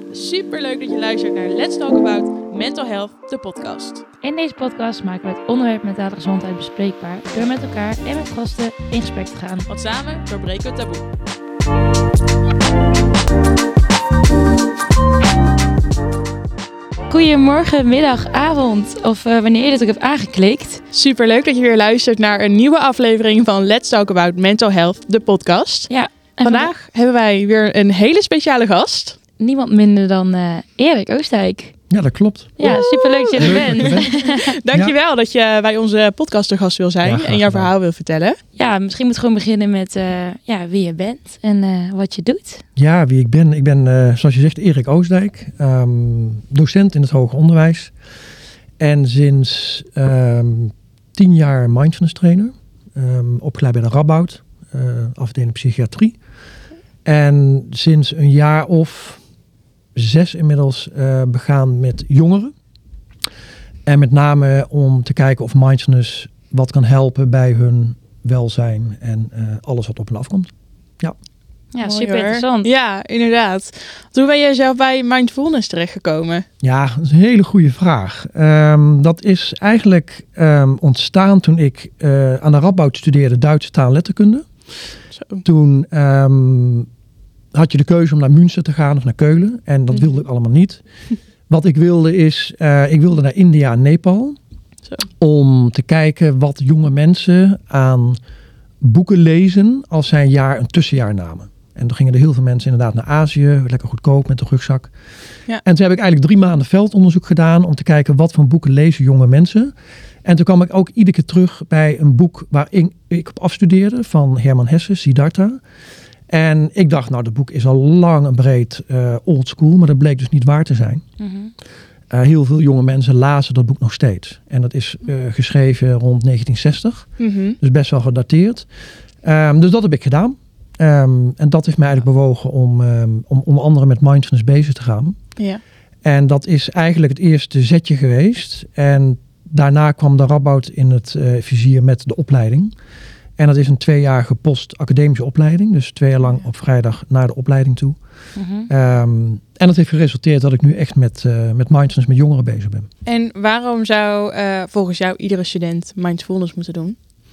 Super leuk dat je luistert naar Let's Talk About Mental Health, de podcast. In deze podcast maken we het onderwerp mentale gezondheid bespreekbaar door met elkaar en met gasten in gesprek te gaan. Want samen doorbreken we het taboe. Goedemorgen, middag, avond of wanneer je dit ook hebt aangeklikt. Super leuk dat je weer luistert naar een nieuwe aflevering van Let's Talk About Mental Health, de podcast. Ja, en vandaag hebben wij weer een hele speciale gast. Niemand minder dan Erik Oostdijk. Ja, dat klopt. Ja, superleuk dat je er bent. Dankjewel dat je bij onze podcast te gast wil zijn en jouw verhaal wil vertellen. Ja, misschien moet gewoon beginnen met wie je bent en wat je doet. Ja, wie ik ben. Ik ben, zoals je zegt, Erik Oostdijk. Docent in het hoger onderwijs. En sinds 10 jaar mindfulness trainer. Opgeleid bij de Radboud. Afdeling psychiatrie. En sinds een jaar of 6 inmiddels begaan met jongeren. En met name om te kijken of mindfulness wat kan helpen bij hun welzijn en alles wat op hen afkomt. Ja, ja, super interessant. Ja, inderdaad. Hoe ben je zelf bij mindfulness terechtgekomen? Ja, dat is een hele goede vraag. Dat is eigenlijk ontstaan toen ik aan de Radboud studeerde Duitse taal en letterkunde. Zo. Toen had je de keuze om naar Münster te gaan of naar Keulen. En dat wilde ik allemaal niet. Wat ik wilde is, ik wilde naar India en Nepal. Zo. Om te kijken wat jonge mensen aan boeken lezen als zij een tussenjaar namen. En toen gingen er heel veel mensen inderdaad naar Azië. Lekker goedkoop met de rugzak. Ja. En toen heb ik eigenlijk 3 maanden veldonderzoek gedaan om te kijken wat voor boeken lezen jonge mensen. En toen kwam ik ook iedere keer terug bij een boek waar ik op afstudeerde van Herman Hesse, Siddhartha. En ik dacht, nou, dat boek is al lang en breed old school, maar dat bleek dus niet waar te zijn. Mm-hmm. Heel veel jonge mensen lazen dat boek nog steeds. En dat is geschreven rond 1960, dus best wel gedateerd. Dus dat heb ik gedaan. En dat heeft mij eigenlijk bewogen om onder andere met mindfulness bezig te gaan. Ja. En dat is eigenlijk het eerste zetje geweest. En daarna kwam de Radboud in het vizier met de opleiding. En dat is een 2-jarige post-academische opleiding. Dus 2 jaar lang op vrijdag naar de opleiding toe. Mm-hmm. En dat heeft geresulteerd dat ik nu echt met mindfulness met jongeren bezig ben. En waarom zou volgens jou iedere student mindfulness moeten doen?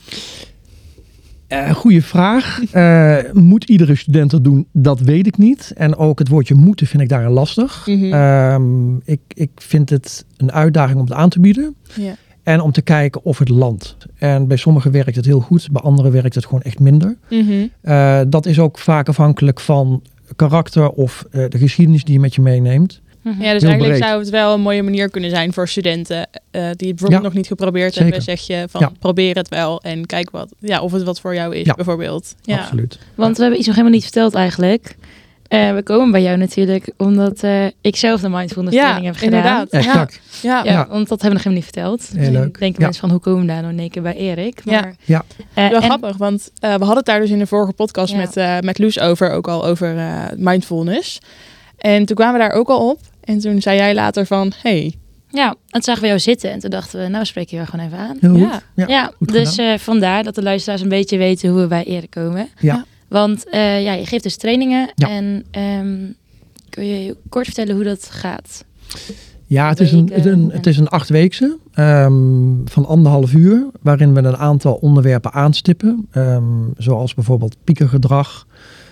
Goeie vraag. Moet iedere student dat doen? Dat weet ik niet. En ook het woordje moeten vind ik daarin lastig. Mm-hmm. Ik vind het een uitdaging om het aan te bieden. Ja. En om te kijken of het landt. En bij sommigen werkt het heel goed. Bij anderen werkt het gewoon echt minder. Mm-hmm. Dat is ook vaak afhankelijk van karakter of de geschiedenis die je met je meeneemt. Mm-hmm. Ja, dus Heel eigenlijk breed. zou het wel een mooie manier kunnen zijn voor studenten die het bijvoorbeeld nog niet geprobeerd zeker. hebben. Zeg je van probeer het wel en kijk of het wat voor jou is bijvoorbeeld. Ja. Absoluut. Want we hebben iets nog helemaal niet verteld eigenlijk. We komen bij jou natuurlijk omdat ik zelf de mindfulness training heb gedaan. Inderdaad. Exact. Ja. Want dat hebben we nog helemaal niet verteld. Heel leuk. Denken mensen van hoe komen we daar nou in één keer bij Erik? Maar, Wel grappig, want we hadden het daar dus in de vorige podcast met Loes over, ook al over mindfulness. En toen kwamen we daar ook al op. En toen zei jij later van, ja, en toen zagen we jou zitten en toen dachten we, nou spreek je wel gewoon even aan. Heel Ja. goed. Ja, goed dus vandaar dat de luisteraars een beetje weten hoe we bij Erik komen. Ja. Want je geeft dus trainingen Ja. en kun je kort vertellen hoe dat gaat? Ja, het is een 8-weekse van 1,5 uur, waarin we een aantal onderwerpen aanstippen. Zoals bijvoorbeeld piekergedrag,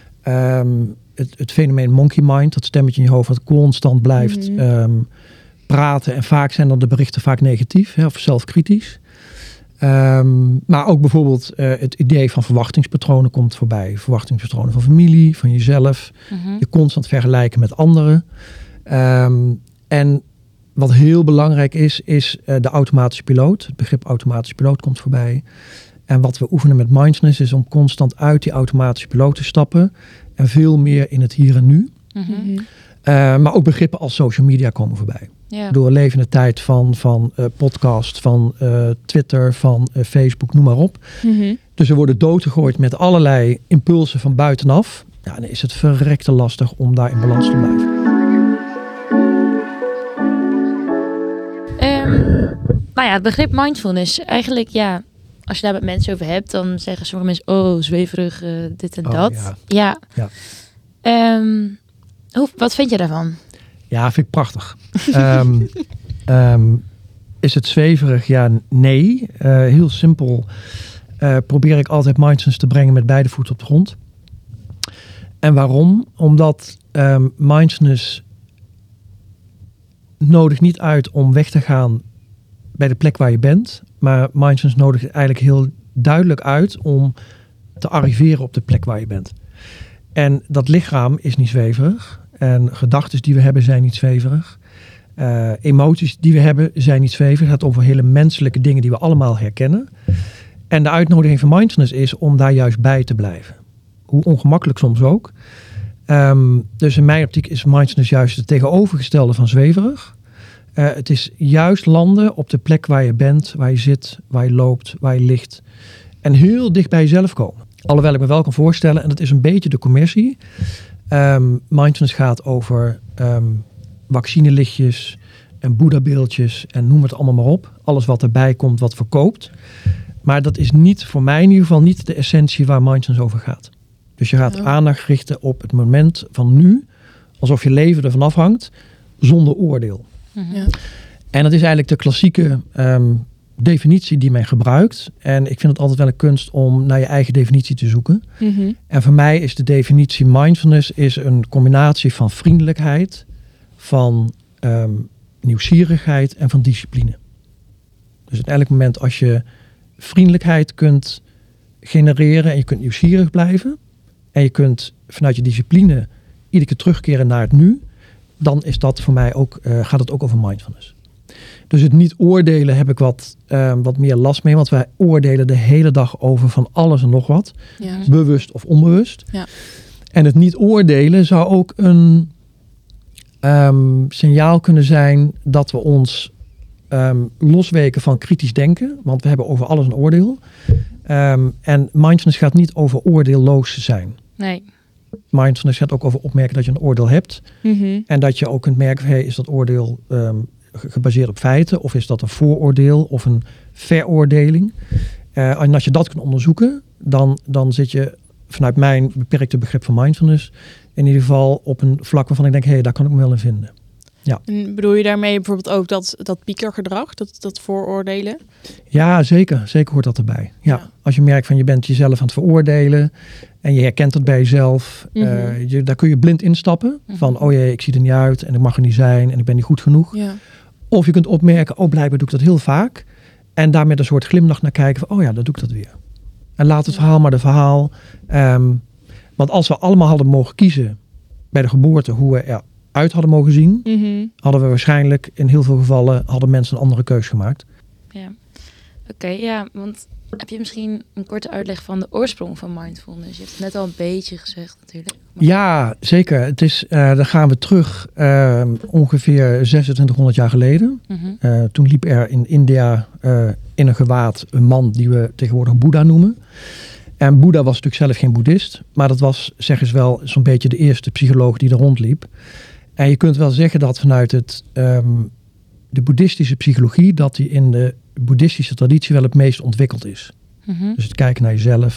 het fenomeen monkey mind, dat stemmetje in je hoofd dat constant blijft praten. En vaak zijn dan de berichten vaak negatief of zelfkritisch. Maar ook bijvoorbeeld het idee van verwachtingspatronen komt voorbij. Verwachtingspatronen van familie, van jezelf. Mm-hmm. Je constant vergelijken met anderen. En wat heel belangrijk is de automatische piloot. Het begrip automatische piloot komt voorbij. En wat we oefenen met mindfulness is om constant uit die automatische piloot te stappen. En veel meer in het hier en nu. Mm-hmm. Maar ook begrippen als social media komen voorbij. Ja. Door een levende tijd van podcast, van Twitter, van Facebook, noem maar op. Mm-hmm. Dus we worden doodgegooid met allerlei impulsen van buitenaf. Ja, dan is het verrekte lastig om daar in balans te blijven. Nou ja, het begrip mindfulness. Eigenlijk als je daar met mensen over hebt, dan zeggen sommige mensen, zweverig, dit en dat. Ja. Wat vind je daarvan? Ja, vind ik prachtig. Is het zweverig? Ja, nee. Heel simpel. Probeer ik altijd mindfulness te brengen met beide voeten op de grond. En waarom? Omdat mindfulness nodigt niet uit om weg te gaan bij de plek waar je bent. Maar mindfulness nodigt eigenlijk heel duidelijk uit om te arriveren op de plek waar je bent. En dat lichaam is niet zweverig. En gedachten die we hebben zijn niet zweverig. Emoties die we hebben zijn niet zweverig. Het gaat over hele menselijke dingen die we allemaal herkennen. En de uitnodiging van mindfulness is om daar juist bij te blijven. Hoe ongemakkelijk soms ook. Dus in mijn optiek is mindfulness juist het tegenovergestelde van zweverig. Het is juist landen op de plek waar je bent, waar je zit, waar je loopt, waar je ligt. En heel dicht bij jezelf komen. Alhoewel ik me wel kan voorstellen, en dat is een beetje de commercie. Mindfulness gaat over vaccinelichtjes en boeddha-beeldjes en noem het allemaal maar op. Alles wat erbij komt, wat verkoopt. Maar dat is niet, voor mij in ieder geval, niet de essentie waar mindfulness over gaat. Dus je gaat aandacht richten op het moment van nu, alsof je leven ervan afhangt, zonder oordeel. Mm-hmm. Ja. En dat is eigenlijk de klassieke definitie die men gebruikt. En ik vind het altijd wel een kunst om naar je eigen definitie te zoeken. Mm-hmm. En voor mij is de definitie mindfulness is een combinatie van vriendelijkheid, van nieuwsgierigheid en van discipline. Dus op elk moment als je vriendelijkheid kunt genereren en je kunt nieuwsgierig blijven en je kunt vanuit je discipline iedere keer terugkeren naar het nu, dan is dat voor mij ook, gaat het ook over mindfulness. Dus het niet oordelen heb ik wat meer last mee, want wij oordelen de hele dag over van alles en nog wat, Ja. bewust of onbewust. Ja. En het niet oordelen zou ook een signaal kunnen zijn dat we ons losweken van kritisch denken, want we hebben over alles een oordeel. En mindfulness gaat niet over oordeelloos zijn. Nee. Mindfulness gaat ook over opmerken dat je een oordeel hebt. Mm-hmm. En dat je ook kunt merken, hey, is dat oordeel gebaseerd op feiten? Of is dat een vooroordeel of een veroordeling? En als je dat kunt onderzoeken, dan zit je vanuit mijn beperkte begrip van mindfulness in ieder geval op een vlak waarvan ik denk, hey, daar kan ik me wel in vinden. Ja. En bedoel je daarmee bijvoorbeeld ook dat piekergedrag, dat vooroordelen? Ja, zeker. Zeker hoort dat erbij. Ja. Ja. Als je merkt van je bent jezelf aan het veroordelen en je herkent het bij jezelf. Mm-hmm. Daar kun je blind instappen. Van, oh jee, ik zie er niet uit en ik mag er niet zijn en ik ben niet goed genoeg. Ja. Of je kunt opmerken, oh blijkbaar doe ik dat heel vaak. En daar met een soort glimlach naar kijken van, oh ja, dat doe ik dat weer. En laat het verhaal maar de verhaal. Want als we allemaal hadden mogen kiezen bij de geboorte hoe we eruit hadden mogen zien, Mm-hmm. hadden we waarschijnlijk in heel veel gevallen hadden mensen een andere keus gemaakt. Ja. Oké, ja, want heb je misschien een korte uitleg van de oorsprong van mindfulness? Je hebt het net al een beetje gezegd natuurlijk. Maar... Ja, zeker. Het is, dan gaan we terug ongeveer 2600 jaar geleden. Mm-hmm. Toen liep er in India in een gewaad een man die we tegenwoordig Boeddha noemen. En Boeddha was natuurlijk zelf geen boeddhist, maar dat was, zeggen ze wel, zo'n beetje de eerste psycholoog die er rondliep. En je kunt wel zeggen dat vanuit de boeddhistische psychologie, dat die in de boeddhistische traditie wel het meest ontwikkeld is. Mm-hmm. Dus het kijken naar jezelf.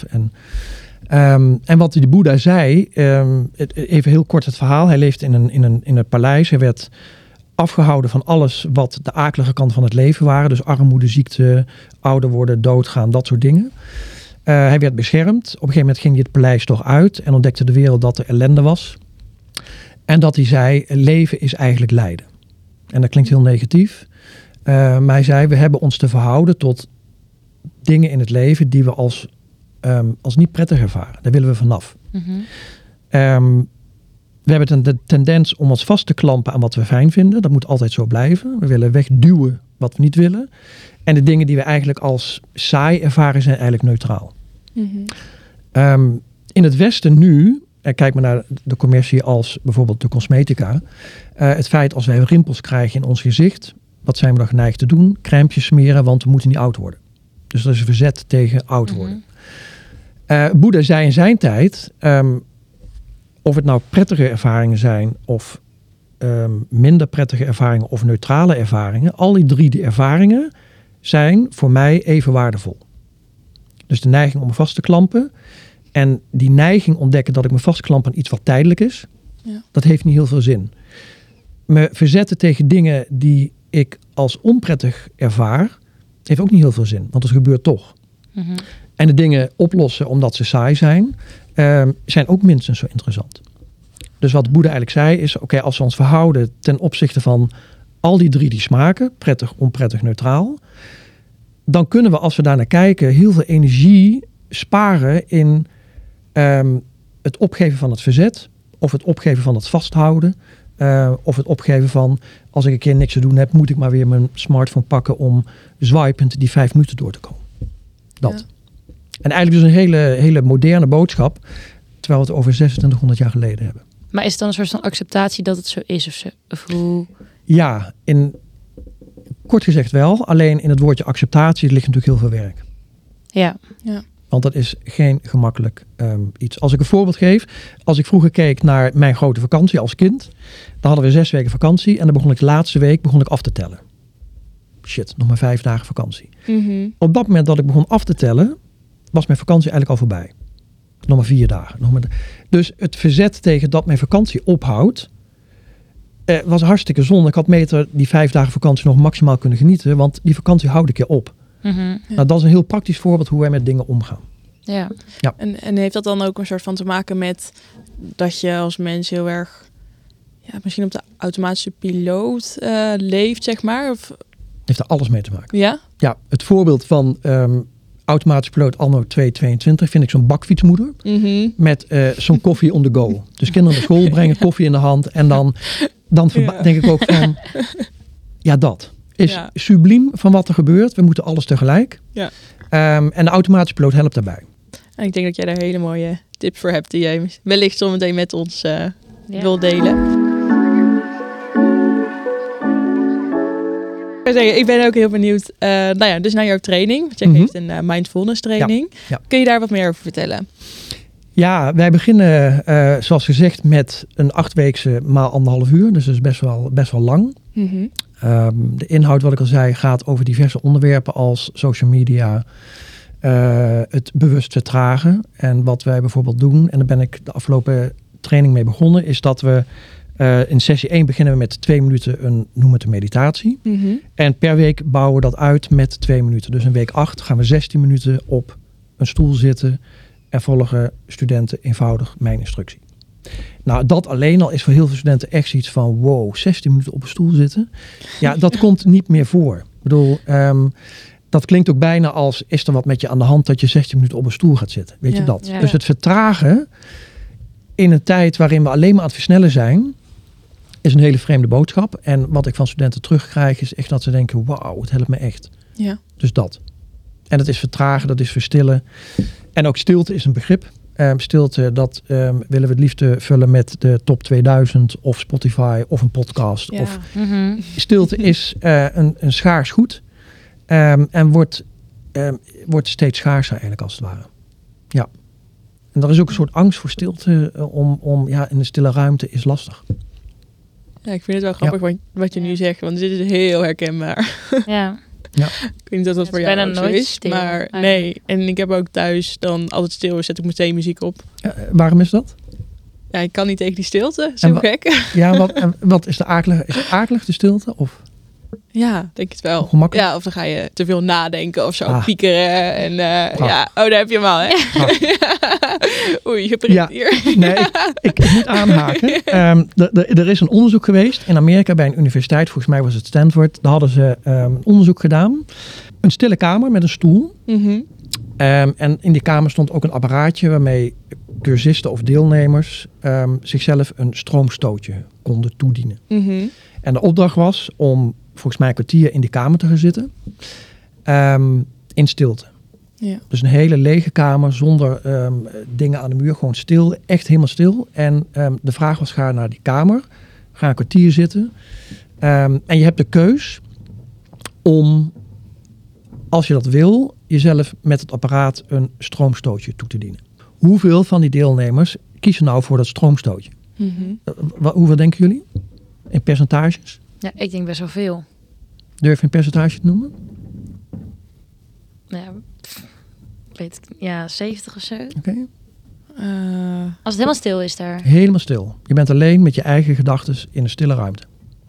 En wat de Boeddha zei, even heel kort het verhaal. Hij leefde in een paleis. Hij werd afgehouden van alles wat de akelige kant van het leven waren. Dus armoede, ziekte, ouder worden, doodgaan, dat soort dingen. Hij werd beschermd. Op een gegeven moment ging hij het paleis toch uit en ontdekte de wereld dat er ellende was. En dat hij zei, leven is eigenlijk lijden. En dat klinkt heel negatief. Maar hij zei, we hebben ons te verhouden tot dingen in het leven die we als niet prettig ervaren. Daar willen we vanaf. Mm-hmm. We hebben de tendens om ons vast te klampen aan wat we fijn vinden. Dat moet altijd zo blijven. We willen wegduwen wat we niet willen. En de dingen die we eigenlijk als saai ervaren zijn eigenlijk neutraal. Mm-hmm. In het Westen nu, kijk maar naar de commercie als bijvoorbeeld de cosmetica. Het feit als wij rimpels krijgen in ons gezicht, wat zijn we dan geneigd te doen? Crèmpjes smeren, want we moeten niet oud worden. Dus dat is een verzet tegen oud worden. Boeddha zei in zijn tijd, of het nou prettige ervaringen zijn of minder prettige ervaringen of neutrale ervaringen, al die drie ervaringen zijn voor mij even waardevol. Dus de neiging om me vast te klampen en die neiging ontdekken dat ik me vastklamp aan iets wat tijdelijk is, dat heeft niet heel veel zin. me verzetten tegen dingen die ik als onprettig ervaar, heeft ook niet heel veel zin. Want het gebeurt toch. Mhm. En de dingen oplossen omdat ze saai zijn ook minstens zo interessant. Dus wat Boeddha eigenlijk zei is, oké, als we ons verhouden ten opzichte van al die 3 die smaken, prettig, onprettig, neutraal, dan kunnen we, als we daar naar kijken, heel veel energie sparen in het opgeven van het verzet, of het opgeven van het vasthouden, of het opgeven van, als ik een keer niks te doen heb, moet ik maar weer mijn smartphone pakken om zwaaipend die 5 minuten door te komen. Dat. Ja. En eigenlijk dus een hele moderne boodschap, terwijl we het over 2600 jaar geleden hebben. Maar is het dan een soort van acceptatie dat het zo is? Of hoe? Ja, kort gezegd wel. Alleen in het woordje acceptatie ligt natuurlijk heel veel werk. Ja. Want dat is geen gemakkelijk iets. Als ik een voorbeeld geef. Als ik vroeger keek naar mijn grote vakantie als kind. Dan hadden we 6 weken vakantie. En dan begon ik de laatste week af te tellen. Shit, nog maar 5 dagen vakantie. Mhm. Op dat moment dat ik begon af te tellen, was mijn vakantie eigenlijk al voorbij. Nog maar 4 dagen. Dus het verzet tegen dat mijn vakantie ophoudt, was hartstikke zonde. Ik had beter die 5 dagen vakantie nog maximaal kunnen genieten, want die vakantie houdt een keer op. Mhm. Ja. Nou, dat is een heel praktisch voorbeeld hoe wij met dingen omgaan. Ja. En heeft dat dan ook een soort van te maken met dat je als mens heel erg, misschien op de automatische piloot leeft, zeg maar? Of, Heeft er alles mee te maken. ja? Ja, het voorbeeld van automatische piloot anno 2022 vind ik zo'n bakfietsmoeder Mhm. met zo'n koffie on the go. Dus kinderen naar school brengen, koffie in de hand en dan Ja. denk ik ook van, dat is Ja. subliem van wat er gebeurt. We moeten alles tegelijk. Ja. En de automatische piloot helpt daarbij. En ik denk dat jij daar hele mooie tips voor hebt die jij wellicht zometeen met ons Ja. wil delen. Ik ben ook heel benieuwd dus naar jouw training. Want jij Mhm. geeft een mindfulness training. Ja. Kun je daar wat meer over vertellen? Ja, wij beginnen zoals gezegd met een 8-weekse maal 1,5 uur. Dus dat is best wel lang. Mhm. De inhoud, wat ik al zei, gaat over diverse onderwerpen als social media, het bewust vertragen. En wat wij bijvoorbeeld doen, en daar ben ik de afgelopen training mee begonnen, is dat we in sessie 1 beginnen we met 2 minuten noem het een meditatie. Mhm. En per week bouwen we dat uit met 2 minuten. Dus in week 8 gaan we 16 minuten op een stoel zitten en volgen studenten eenvoudig mijn instructie. Nou, dat alleen al is voor heel veel studenten echt iets van wow, 16 minuten op een stoel zitten. Ja, dat komt niet meer voor. Ik bedoel, dat klinkt ook bijna als, is er wat met je aan de hand dat je 16 minuten op een stoel gaat zitten? Weet je Ja. dat? Ja. Dus het vertragen in een tijd waarin we alleen maar aan het versnellen zijn, is een hele vreemde boodschap. En wat ik van studenten terugkrijg is echt dat ze denken, wauw, het helpt me echt. Ja. Dus dat. En dat is vertragen, dat is verstillen. En ook stilte is een begrip. Stilte, dat willen we het liefst vullen met de top 2000 of Spotify of een podcast. Ja. Of Mhm. stilte is een schaars goed. En wordt steeds schaarser eigenlijk als het ware. Ja. En er is ook een soort angst voor stilte om in de stille ruimte is lastig. Ja, ik vind het wel grappig wat je nu zegt, want dit is heel herkenbaar. Ja. Ik weet niet of dat Het voor is jou bijna ook zo nooit is, stil, maar eigenlijk. nee. En ik heb ook thuis dan als het stil is, zet ik meteen muziek op. Waarom is dat? Ja, ik kan niet tegen die stilte, zo En wa- gek. Ja, wat is de akelig? Is het akelig de stilte? Of? Ja, denk het wel. Ongemakkelijk? Ja, of dan ga je te veel nadenken of zo, Ah. piekeren. En Ah. daar heb je hem al, hè? Oei, je prikt Ja. hier. Nee, ik moet aanhaken. Er is een onderzoek geweest in Amerika bij een universiteit. Volgens mij was het Stanford. Daar hadden ze een onderzoek gedaan. Een stille kamer met een stoel. Mhm. En in die kamer stond ook een apparaatje waarmee cursisten of deelnemers zichzelf een stroomstootje konden toedienen. Mhm. En de opdracht was om volgens mij een kwartier in die kamer te gaan zitten. In stilte. Ja. Dus een hele lege kamer zonder dingen aan de muur. Gewoon stil, echt helemaal stil. En de vraag was, ga naar die kamer. Ga een kwartier zitten. En je hebt de keus om, als je dat wil, jezelf met het apparaat een stroomstootje toe te dienen. Hoeveel van die deelnemers kiezen nou voor dat stroomstootje? Mhm. Hoeveel denken jullie? In percentages? Ja, ik denk best wel veel. Durf je een percentage te noemen? Ja, weet het, ja, 70 of zo. Oké. Als het helemaal stil is daar. Helemaal stil. Je bent alleen met je eigen gedachten in een stille ruimte.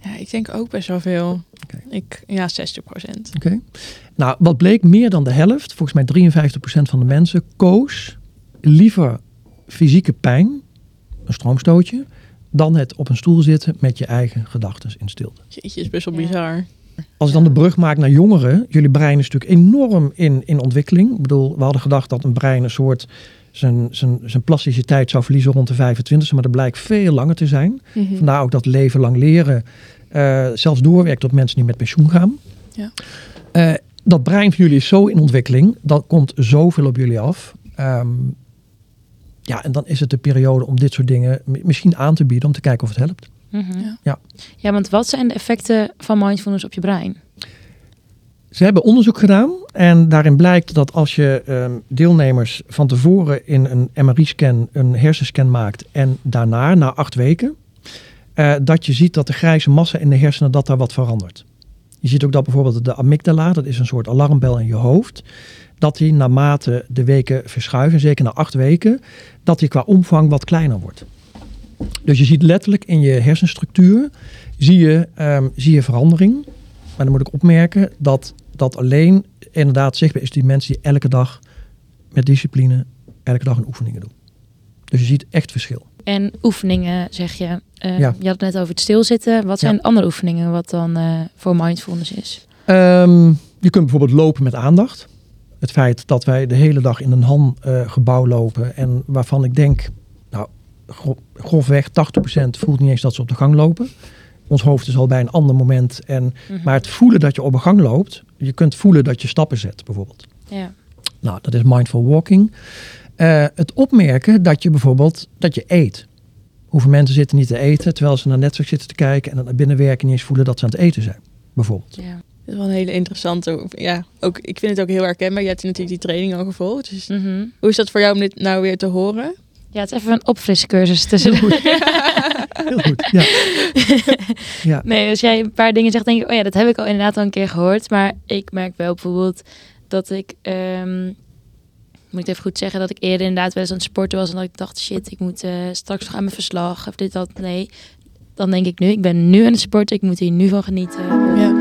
Ja, ik denk ook best wel veel. Oké. 60%. Oké. Nou, wat bleek, meer dan de helft, volgens mij 53% van de mensen, koos liever fysieke pijn, een stroomstootje, dan het op een stoel zitten met je eigen gedachten in stilte. Jeetje, is best wel bizar. Als ik dan de brug maak naar jongeren, jullie brein is natuurlijk enorm in ontwikkeling. Ik bedoel, we hadden gedacht dat een brein een soort zijn plasticiteit zou verliezen rond de 25e, maar dat blijkt veel langer te zijn. Mm-hmm. Vandaar ook dat leven lang leren zelfs doorwerkt tot mensen die met pensioen gaan. Ja. Dat brein van jullie is zo in ontwikkeling, dat komt zoveel op jullie af. En dan is het de periode om dit soort dingen misschien aan te bieden om te kijken of het helpt. Mm-hmm. Ja, want wat zijn de effecten van mindfulness op je brein? Ze hebben onderzoek gedaan en daarin blijkt dat als je deelnemers van tevoren in een MRI-scan een hersenscan maakt en daarna, na 8 weken, dat je ziet dat de grijze massa in de hersenen, dat daar wat verandert. Je ziet ook dat bijvoorbeeld de amygdala, dat is een soort alarmbel in je hoofd, dat die naarmate de weken verschuiven, zeker na 8 weken, dat die qua omvang wat kleiner wordt. Dus je ziet letterlijk in je hersenstructuur, zie je verandering. Maar dan moet ik opmerken dat alleen inderdaad zichtbaar is die mensen die elke dag met discipline, elke dag een oefeningen doen. Dus je ziet echt verschil. En oefeningen, zeg je. Ja. Je had het net over het stilzitten. Wat zijn andere oefeningen wat dan voor mindfulness is? Je kunt bijvoorbeeld lopen met aandacht. Het feit dat wij de hele dag in een Han-gebouw lopen en waarvan ik denk, nou, grofweg 80% voelt niet eens dat ze op de gang lopen. Ons hoofd is al bij een ander moment. Maar het voelen dat je op een gang loopt, je kunt voelen dat je stappen zet bijvoorbeeld. Ja. Nou, dat is mindful walking. Het opmerken dat je bijvoorbeeld dat je eet. Hoeveel mensen zitten niet te eten terwijl ze naar Netflix zitten te kijken en dan naar binnen werken niet eens voelen dat ze aan het eten zijn, bijvoorbeeld. Ja. Dat is wel een hele interessante. Ja, ook, ik vind het ook heel herkenbaar. Je hebt natuurlijk die training al gevolgd. Dus hoe is dat voor jou om dit nou weer te horen? Ja, het is even een opfriscursus tussen. Heel goed. Heel goed, ja. Ja. Nee, als jij een paar dingen zegt, denk ik, oh ja, dat heb ik al inderdaad al een keer gehoord. Maar ik merk wel bijvoorbeeld dat ik, moet ik even goed zeggen, dat ik eerder inderdaad wel eens aan het sporten was en dat ik dacht, shit, ik moet straks nog aan mijn verslag of dit, dat. Nee, dan denk ik nu, ik ben nu aan het sporten, ik moet hier nu van genieten. Ja.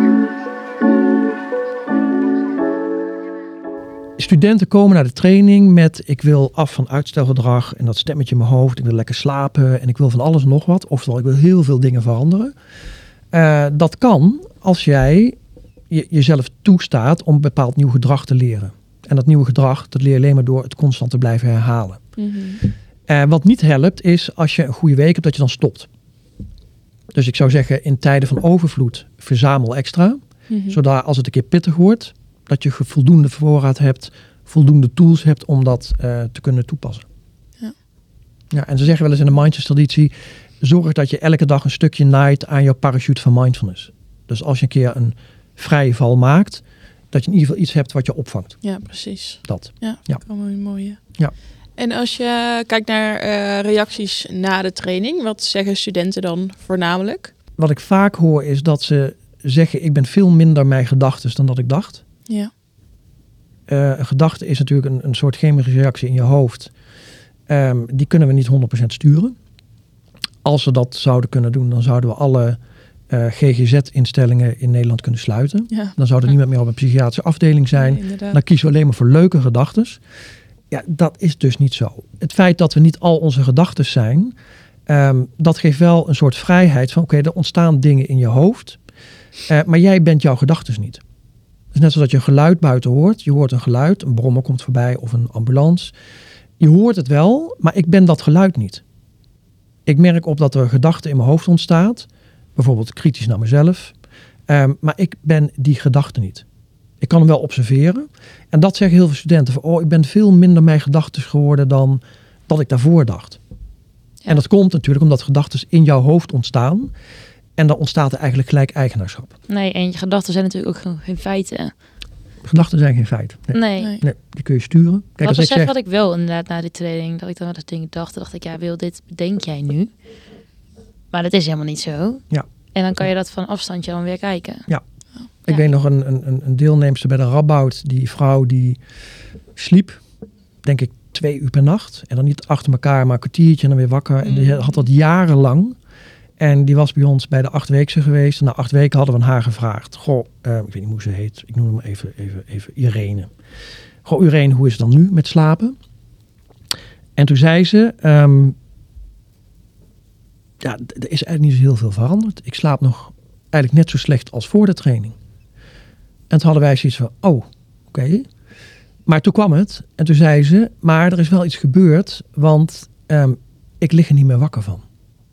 Studenten komen naar de training met ik wil af van uitstelgedrag en dat stemmetje in mijn hoofd. Ik wil lekker slapen en ik wil van alles en nog wat. Oftewel, ik wil heel veel dingen veranderen. Dat kan als jij jezelf toestaat om bepaald nieuw gedrag te leren. En dat nieuwe gedrag, dat leer je alleen maar door het constant te blijven herhalen. Mm-hmm. Wat niet helpt is als je een goede week hebt dat je dan stopt. Dus ik zou zeggen in tijden van overvloed verzamel extra. Mm-hmm. Zodat als het een keer pittig wordt, dat je voldoende voorraad hebt, voldoende tools hebt om dat te kunnen toepassen. Ja, en ze zeggen wel eens in de mindfulness-traditie, zorg dat je elke dag een stukje naait aan jouw parachute van mindfulness. Dus als je een keer een vrije val maakt, dat je in ieder geval iets hebt wat je opvangt. Ja, precies. Dat. Ja, allemaal mooi. Ja. En als je kijkt naar reacties na de training, wat zeggen studenten dan voornamelijk? Wat ik vaak hoor is dat ze zeggen, ik ben veel minder mijn gedachten dan dat ik dacht. Ja. Een gedachte is natuurlijk een soort chemische reactie in je hoofd. Die kunnen we niet 100% sturen. Als we dat zouden kunnen doen, dan zouden we alle GGZ-instellingen in Nederland kunnen sluiten. Ja. Dan zou er niemand meer op een psychiatrische afdeling zijn. Nee, dan kiezen we alleen maar voor leuke gedachten. Ja, dat is dus niet zo. Het feit dat we niet al onze gedachten zijn, dat geeft wel een soort vrijheid van oké, er ontstaan dingen in je hoofd. Maar jij bent jouw gedachten niet. Het is net zoals dat je een geluid buiten hoort. Je hoort een geluid, een brommer komt voorbij of een ambulance. Je hoort het wel, maar ik ben dat geluid niet. Ik merk op dat er gedachten in mijn hoofd ontstaat. Bijvoorbeeld kritisch naar mezelf. Maar ik ben die gedachte niet. Ik kan hem wel observeren. En dat zeggen heel veel studenten. Van, ik ben veel minder mijn gedachten geworden dan dat ik daarvoor dacht. Ja. En dat komt natuurlijk omdat gedachten in jouw hoofd ontstaan. En dan ontstaat er eigenlijk gelijk eigenaarschap. Nee, en je gedachten zijn natuurlijk ook geen feiten. Gedachten zijn geen feit. Nee, die kun je sturen. Kijk, wat besef wat ik wel inderdaad na die training. Dat ik dan dat dingen dacht ik, ja, Wil, dit bedenk jij nu. Maar dat is helemaal niet zo. Ja. En dan kan je dat van afstandje dan weer kijken. Ja. Ik weet nog een deelnemster bij de Radboud. Die vrouw die sliep, denk ik 2 uur per nacht. En dan niet achter elkaar, maar een kwartiertje en dan weer wakker. En die had dat jarenlang. En die was bij ons bij de 8-weekse geweest. En na 8 weken hadden we aan haar gevraagd. Goh, ik weet niet hoe ze heet. Ik noem hem even Irene. Goh, Irene, hoe is het dan nu met slapen? En toen zei ze... er is eigenlijk niet zo heel veel veranderd. Ik slaap nog eigenlijk net zo slecht als voor de training. En toen hadden wij zoiets van, oké. Maar toen kwam het. En toen zei ze, maar er is wel iets gebeurd. Want ik lig er niet meer wakker van.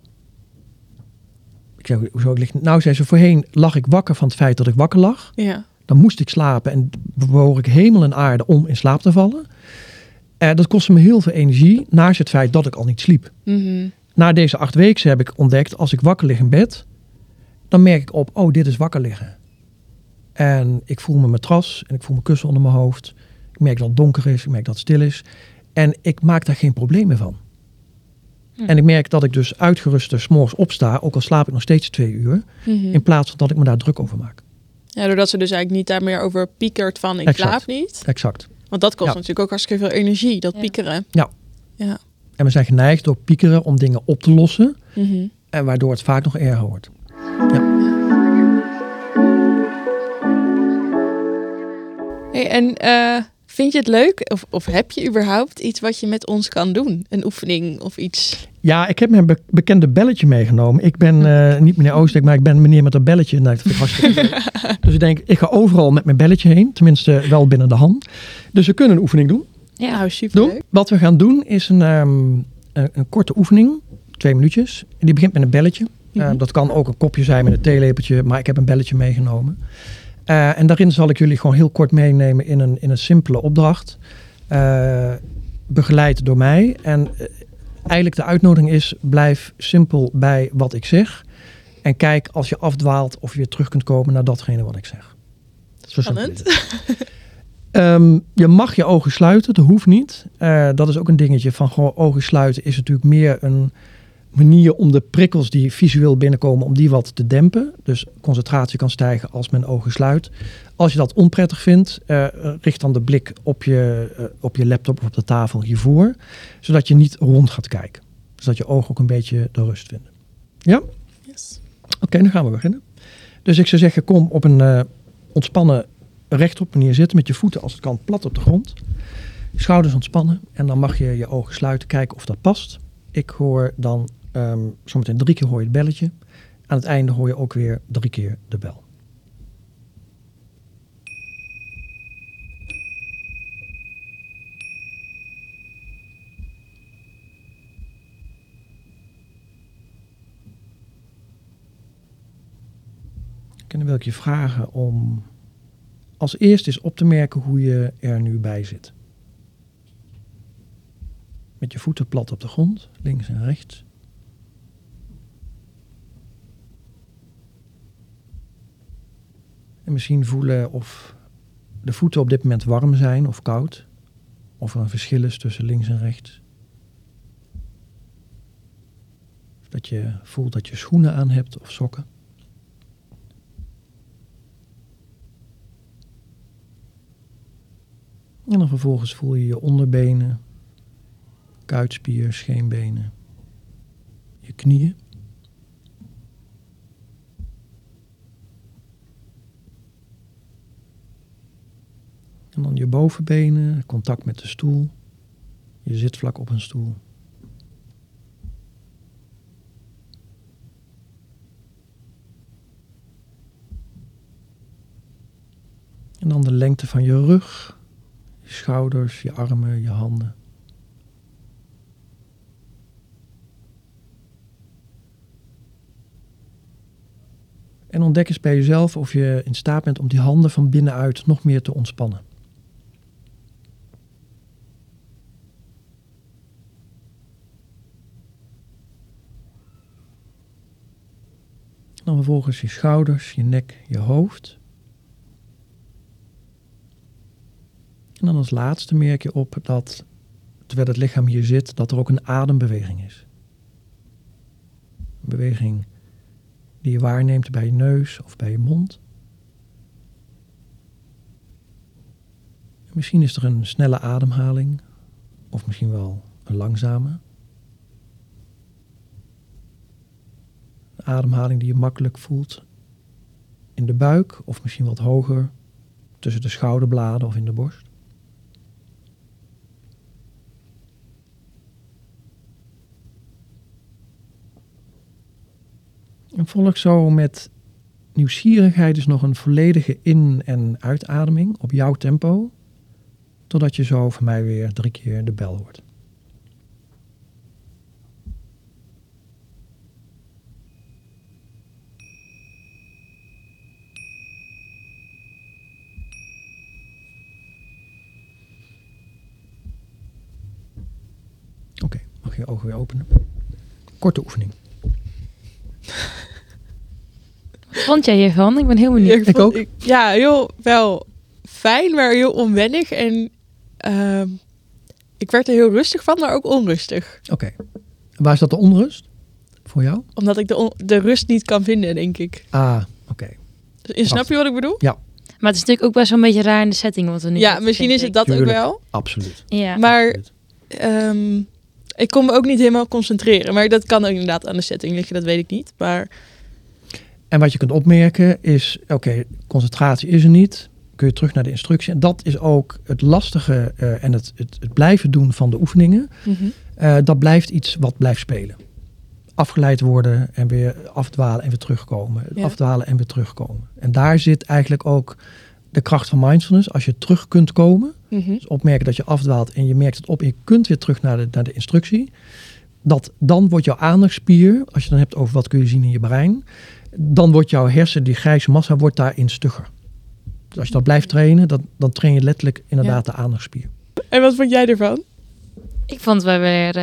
Ik zei, hoezo ik lig? Nou, zei ze, voorheen lag ik wakker van het feit dat ik wakker lag. Ja. Dan moest ik slapen en bewoog ik hemel en aarde om in slaap te vallen. Dat kostte me heel veel energie, naast het feit dat ik al niet sliep. Mm-hmm. Na deze 8 weken heb ik ontdekt, als ik wakker lig in bed, dan merk ik op, dit is wakker liggen. En ik voel mijn matras en ik voel mijn kussen onder mijn hoofd. Ik merk dat het donker is, ik merk dat het stil is. En ik maak daar geen probleem meer van. En ik merk dat ik dus uitgerust 's morgens opsta, ook al slaap ik nog steeds 2 uur, in plaats van dat ik me daar druk over maak. Ja, doordat ze dus eigenlijk niet daar meer over piekert van ik slaap niet. Exact. Want dat kost natuurlijk ook hartstikke veel energie, dat piekeren. Ja. Ja. En we zijn geneigd door piekeren om dingen op te lossen. Mm-hmm. En waardoor het vaak nog erger wordt. Ja. Hey, en vind je het leuk? Of heb je überhaupt iets wat je met ons kan doen? Een oefening of iets? Ja, ik heb mijn bekende belletje meegenomen. Ik ben niet meneer Oostdijk, maar ik ben meneer met dat belletje. Nou, dat vind ik hartstikke leuk. Dus ik denk, ik ga overal met mijn belletje heen. Tenminste, wel binnen de hand. Dus we kunnen een oefening doen. Ja, nou, superleuk. Wat we gaan doen is een korte oefening. 2 minuutjes. En die begint met een belletje. Dat kan ook een kopje zijn met een theelepeltje. Maar ik heb een belletje meegenomen. En daarin zal ik jullie gewoon heel kort meenemen in een simpele opdracht. Begeleid door mij. En eigenlijk de uitnodiging is, blijf simpel bij wat ik zeg. En kijk als je afdwaalt of je weer terug kunt komen naar datgene wat ik zeg. Zo spannend. Je mag je ogen sluiten, dat hoeft niet. Dat is ook een dingetje van gewoon ogen sluiten is natuurlijk meer een manier om de prikkels die visueel binnenkomen, om die wat te dempen. Dus concentratie kan stijgen als men ogen sluit. Als je dat onprettig vindt, richt dan de blik op je laptop of op de tafel hiervoor. Zodat je niet rond gaat kijken. Zodat je ogen ook een beetje de rust vinden. Ja? Yes. Oké, dan gaan we beginnen. Dus ik zou zeggen, kom op een ontspannen rechtop manier zitten met je voeten als het kan plat op de grond. Schouders ontspannen en dan mag je je ogen sluiten, kijken of dat past. Ik hoor dan zometeen 3 keer hoor je het belletje. Aan het einde hoor je ook weer 3 keer de bel. En dan wil ik je vragen om als eerst eens op te merken hoe je er nu bij zit. Met je voeten plat op de grond, links en rechts. En misschien voelen of de voeten op dit moment warm zijn of koud. Of er een verschil is tussen links en rechts. Of dat je voelt dat je schoenen aan hebt of sokken. En dan vervolgens voel je je onderbenen, kuitspier, scheenbenen, je knieën. En dan je bovenbenen, contact met de stoel, je zitvlak op een stoel. En dan de lengte van je rug. Je schouders, je armen, je handen. En ontdek eens bij jezelf of je in staat bent om die handen van binnenuit nog meer te ontspannen. Dan vervolgens je schouders, je nek, je hoofd. En dan als laatste merk je op dat, terwijl het lichaam hier zit, dat er ook een adembeweging is. Een beweging die je waarneemt bij je neus of bij je mond. En misschien is er een snelle ademhaling, of misschien wel een langzame. De ademhaling die je makkelijk voelt in de buik of misschien wat hoger tussen de schouderbladen of in de borst. En volg zo met nieuwsgierigheid dus nog een volledige in- en uitademing op jouw tempo, totdat je zo voor mij weer 3 keer de bel hoort. Oké, mag je je ogen weer openen. Korte oefening. Wat vond jij hiervan? Ik ben heel benieuwd. Ik ook. Ja, heel wel fijn, maar heel onwennig. En ik werd er heel rustig van, maar ook onrustig. Oké. Waar is dat de onrust voor jou? Omdat ik de rust niet kan vinden, denk ik. Ah, oké. Snap je wat ik bedoel? Ja, Maar het is natuurlijk ook best wel een beetje raar in de setting. Wat we nu Ja, zitten, misschien vind is het ik. dat ook Tuurlijk. wel. absoluut. Ja. Maar Absoluut. ik kon me ook niet helemaal concentreren. Maar dat kan ook inderdaad aan de setting liggen, dat weet ik niet. Maar En wat je kunt opmerken is, oké, concentratie is er niet. Kun je terug naar de instructie. En dat is ook het lastige en het blijven doen van de oefeningen. Dat blijft iets wat blijft spelen. Afgeleid worden en weer afdwalen en weer terugkomen. Ja. Afdwalen en weer terugkomen. En daar zit eigenlijk ook de kracht van mindfulness. Als je terug kunt komen, dus opmerken dat je afdwaalt en je merkt het op en je kunt weer terug naar de instructie. Dan wordt jouw aandachtspier, als je het dan hebt over wat kun je zien in je brein, dan wordt jouw hersen, die grijze massa, wordt daarin stugger. Dus als je dat blijft trainen, dan train je letterlijk inderdaad de aandachtspier. En wat vond jij ervan? Ik vond het wel weer...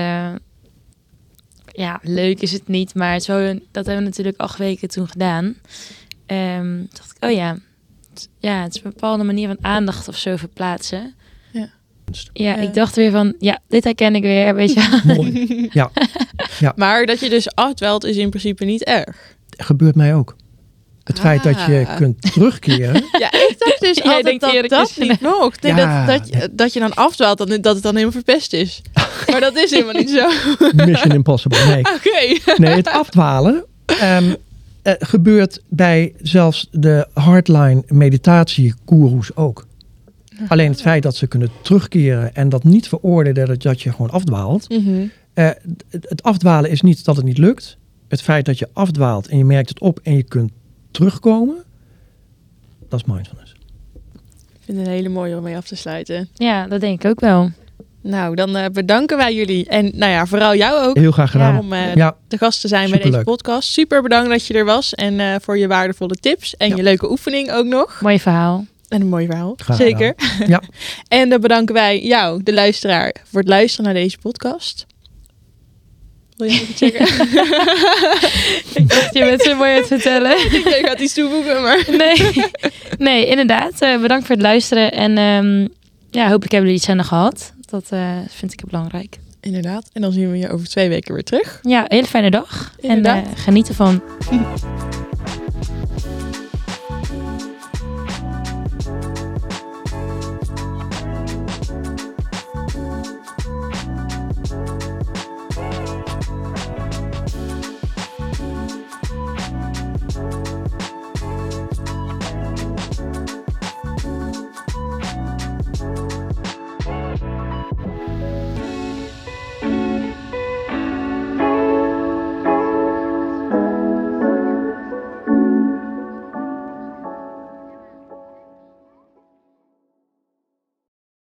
leuk is het niet, maar het is wel dat hebben we natuurlijk 8 weken toen gedaan. Dacht ik, het is een bepaalde manier van aandacht of zo verplaatsen. Ja, ik dacht weer van, dit herken ik weer, weet je. Mooi. Ja. Maar dat je dus afdwaalt is in principe niet erg. Gebeurt mij ook. Het feit dat je kunt terugkeren. Ja, ik dacht dus Jij altijd denkt eerlijk dat dus- niet mocht. Nee, Ja. dat je dan afdwaalt, dat het dan helemaal verpest is. Maar dat is helemaal niet zo. Mission impossible. Nee, Oké. nee het afdwalen gebeurt bij zelfs de hardline meditatiegoeroes ook. Alleen het feit dat ze kunnen terugkeren en dat niet veroordelen dat je gewoon afdwaalt. Het afdwalen is niet dat het niet lukt. Het feit dat je afdwaalt en je merkt het op en je kunt terugkomen, dat is mindfulness. Ik vind het een hele mooie om mee af te sluiten. Ja, dat denk ik ook wel. Nou, dan bedanken wij jullie. En vooral jou ook. Heel graag gedaan. Om Ja, te gast te zijn bij deze superleuk. podcast. Super bedankt dat je er was. En voor je waardevolle tips. En je leuke oefening ook nog. Mooi verhaal. En een mooi verhaal. Graag Zeker. Ja. En dan bedanken wij jou, de luisteraar, voor het luisteren naar deze podcast. Wil je nog iets zeggen? Ik dacht je bent zo mooi aan het vertellen. Ik denk, jij gaat iets toevoegen, maar... Nee, inderdaad. Bedankt voor het luisteren. En hopelijk hebben jullie iets aan gehad. Dat vind ik belangrijk. Inderdaad. En dan zien we je over 2 weken weer terug. Ja, hele fijne dag. Inderdaad. En geniet ervan.